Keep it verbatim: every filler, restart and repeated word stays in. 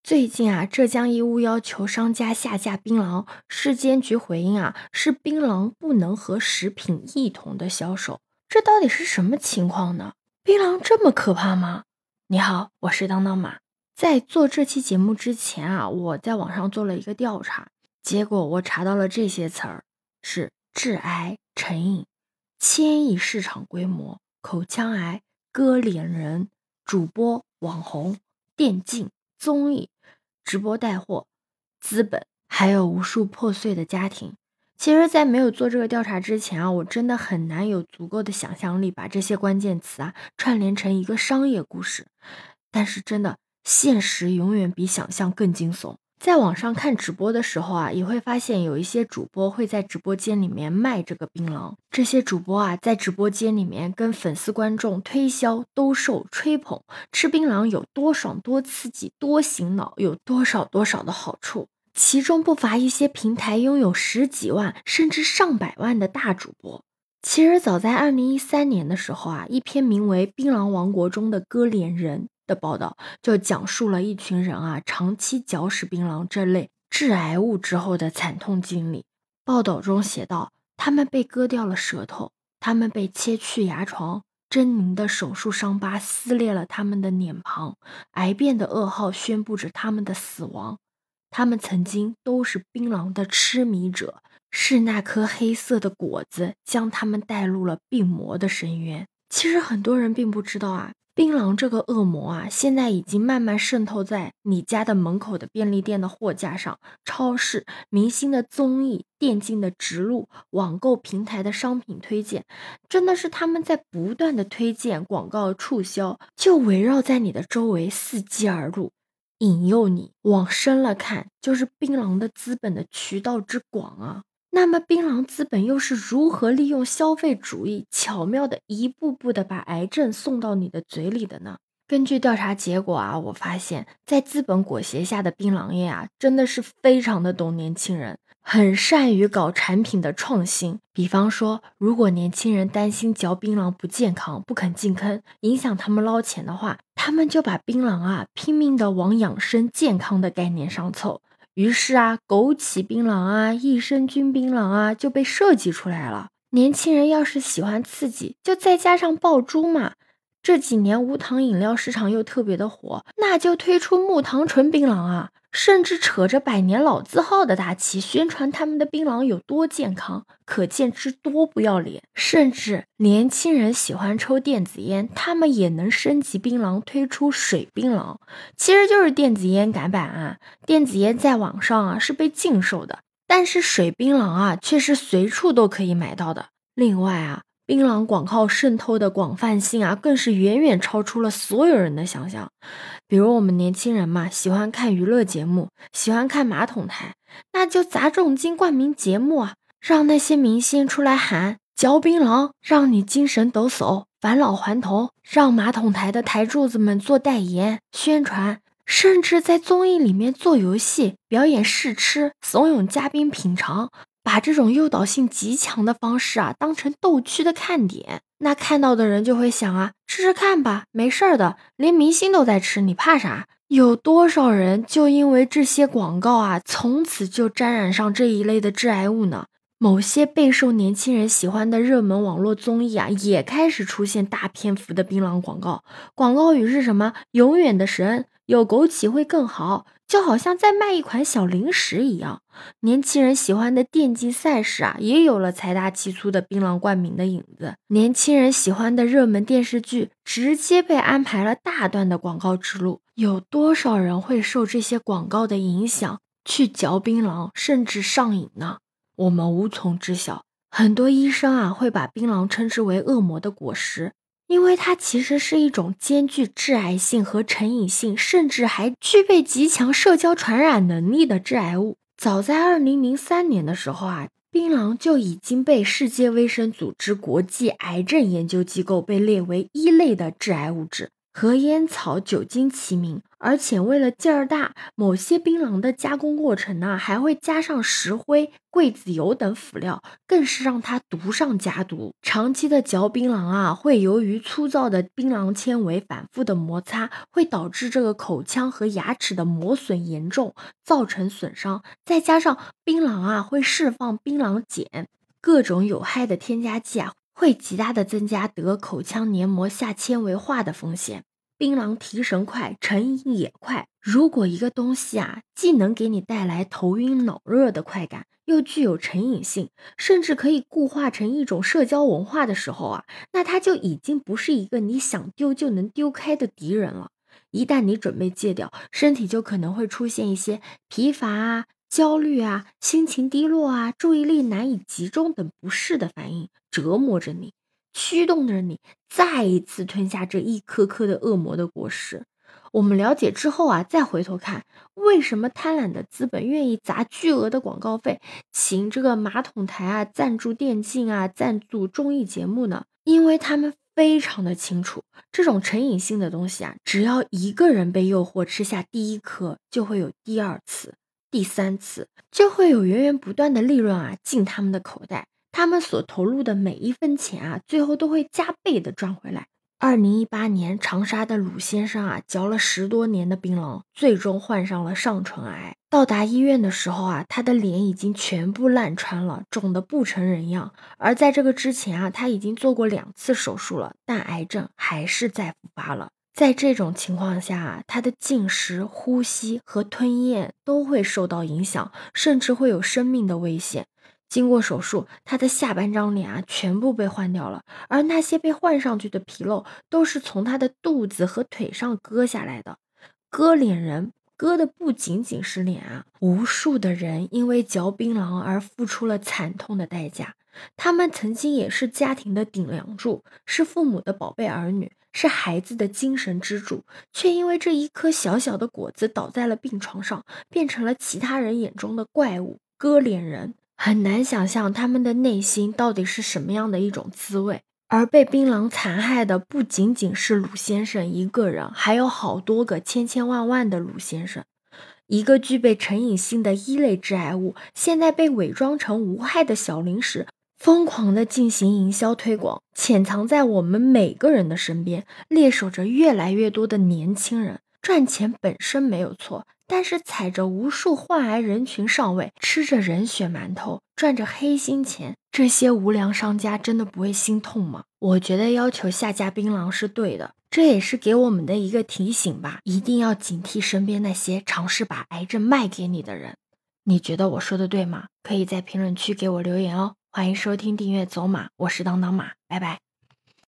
最近啊，浙江义乌要求商家下架槟榔，市监局回应啊，是槟榔不能和食品一同的销售。这到底是什么情况呢？槟榔这么可怕吗？你好，我是当当马。在做这期节目之前啊，我在网上做了一个调查，结果我查到了这些词儿：是致癌、成瘾、千亿市场规模、口腔癌、割脸人、主播、网红、电竞、综艺、直播带货、资本，还有无数破碎的家庭。其实在没有做这个调查之前啊，我真的很难有足够的想象力把这些关键词啊串联成一个商业故事。但是真的，现实永远比想象更惊悚。在网上看直播的时候啊，也会发现有一些主播会在直播间里面卖这个槟榔。这些主播啊，在直播间里面跟粉丝观众推销、兜售、吹捧，吃槟榔有多爽、多刺激、多醒脑，有多少多少的好处。其中不乏一些平台拥有十几万甚至上百万的大主播。其实早在二零一三年的时候啊，一篇名为《槟榔王国中的割脸人》的报道就讲述了一群人啊长期嚼食槟榔这类致癌物之后的惨痛经历。报道中写道，他们被割掉了舌头，他们被切去牙床，狰狞的手术伤疤撕裂了他们的脸庞，癌变的噩耗宣布着他们的死亡。他们曾经都是槟榔的痴迷者，是那颗黑色的果子将他们带入了病魔的深渊。其实很多人并不知道啊，槟榔这个恶魔啊，现在已经慢慢渗透在你家的门口的便利店的货架上，超市、明星的综艺、电竞的植入、网购平台的商品推荐，真的是他们在不断的推荐、广告促销，就围绕在你的周围伺机而入，引诱你。往深了看，就是槟榔的资本的渠道之广啊。那么槟榔资本又是如何利用消费主义巧妙的一步步的把癌症送到你的嘴里的呢？根据调查结果啊，我发现在资本裹挟下的槟榔业啊，真的是非常的懂年轻人，很善于搞产品的创新。比方说，如果年轻人担心嚼槟榔不健康，不肯进坑，影响他们捞钱的话，他们就把槟榔啊拼命的往养生健康的概念上凑。于是啊，枸杞槟榔啊、益生菌槟榔啊就被设计出来了。年轻人要是喜欢刺激，就再加上爆珠嘛。这几年无糖饮料市场又特别的火，那就推出木糖醇槟榔啊，甚至扯着百年老字号的大旗宣传他们的槟榔有多健康，可见之多不要脸。甚至年轻人喜欢抽电子烟，他们也能升级槟榔推出水槟榔，其实就是电子烟改版啊。电子烟在网上啊是被禁售的，但是水槟榔啊却是随处都可以买到的。另外啊，槟榔广告渗透的广泛性啊，更是远远超出了所有人的想象。比如我们年轻人嘛，喜欢看娱乐节目，喜欢看马桶台，那就砸重金冠名节目啊，让那些明星出来喊嚼槟榔，让你精神抖擞，返老还童，让马桶台的台柱子们做代言宣传，甚至在综艺里面做游戏，表演试吃，怂恿嘉宾品尝，把这种诱导性极强的方式啊当成逗趣的看点。那看到的人就会想啊，吃吃看吧，没事儿的，连明星都在吃，你怕啥？有多少人就因为这些广告啊，从此就沾染上这一类的致癌物呢？某些备受年轻人喜欢的热门网络综艺啊，也开始出现大篇幅的槟榔广告。广告语是什么？永远的神，有枸杞会更好，就好像在卖一款小零食一样。年轻人喜欢的电竞赛事啊，也有了财大气粗的槟榔冠名的影子。年轻人喜欢的热门电视剧，直接被安排了大段的广告植入。有多少人会受这些广告的影响，去嚼槟榔，甚至上瘾呢？我们无从知晓。很多医生啊，会把槟榔称之为恶魔的果实，因为它其实是一种兼具致癌性和成瘾性，甚至还具备极强社交传染能力的致癌物。早在二零零三年的时候啊，槟榔就已经被世界卫生组织国际癌症研究机构被列为一类的致癌物质。 和烟草、酒精齐名，而且为了劲儿大，某些槟榔的加工过程呢，还会加上石灰、桂子油等辅料，更是让它毒上加毒。长期的嚼槟榔啊，会由于粗糙的槟榔纤维反复的摩擦，会导致这个口腔和牙齿的磨损严重，造成损伤。再加上槟榔啊，会释放槟榔碱，各种有害的添加剂啊，会极大的增加得口腔黏膜下纤维化的风险。槟榔提神快，成瘾也快。如果一个东西啊，既能给你带来头晕脑热的快感，又具有成瘾性，甚至可以固化成一种社交文化的时候啊，那它就已经不是一个你想丢就能丢开的敌人了。一旦你准备戒掉，身体就可能会出现一些疲乏啊、焦虑啊、心情低落啊、注意力难以集中等不适的反应，折磨着你，驱动着你再一次吞下这一颗颗的恶魔的果实。我们了解之后啊，再回头看，为什么贪婪的资本愿意砸巨额的广告费，请这个马桶台啊赞助电竞啊，赞助综艺节目呢？因为他们非常的清楚，这种成瘾性的东西啊，只要一个人被诱惑吃下第一颗，就会有第二次、第三次，就会有源源不断的利润啊进他们的口袋。他们所投入的每一分钱啊，最后都会加倍的赚回来。二零一八年，长沙的鲁先生啊，嚼了十多年的槟榔，最终患上了上唇癌。到达医院的时候啊，他的脸已经全部烂穿了，肿得不成人样。而在这个之前啊，他已经做过两次手术了，但癌症还是再复发了。在这种情况下啊，他的进食、呼吸和吞咽都会受到影响，甚至会有生命的危险。经过手术，他的下半张脸啊全部被换掉了，而那些被换上去的皮肉都是从他的肚子和腿上割下来的。割脸人割的不仅仅是脸啊，无数的人因为嚼槟榔而付出了惨痛的代价。他们曾经也是家庭的顶梁柱，是父母的宝贝儿女，是孩子的精神支柱，却因为这一颗小小的果子倒在了病床上，变成了其他人眼中的怪物。割脸人很难想象他们的内心到底是什么样的一种滋味。而被槟榔残害的不仅仅是鲁先生一个人，还有好多个千千万万的鲁先生。一个具备成瘾性的一类致癌物，现在被伪装成无害的小零食，疯狂的进行营销推广，潜藏在我们每个人的身边，猎手着越来越多的年轻人。赚钱本身没有错，但是踩着无数患癌人群上位，吃着人血馒头，赚着黑心钱，这些无良商家真的不会心痛吗？我觉得要求下架槟榔是对的，这也是给我们的一个提醒吧，一定要警惕身边那些尝试把癌症卖给你的人。你觉得我说的对吗？可以在评论区给我留言哦。欢迎收听订阅走马，我是当当马，拜拜。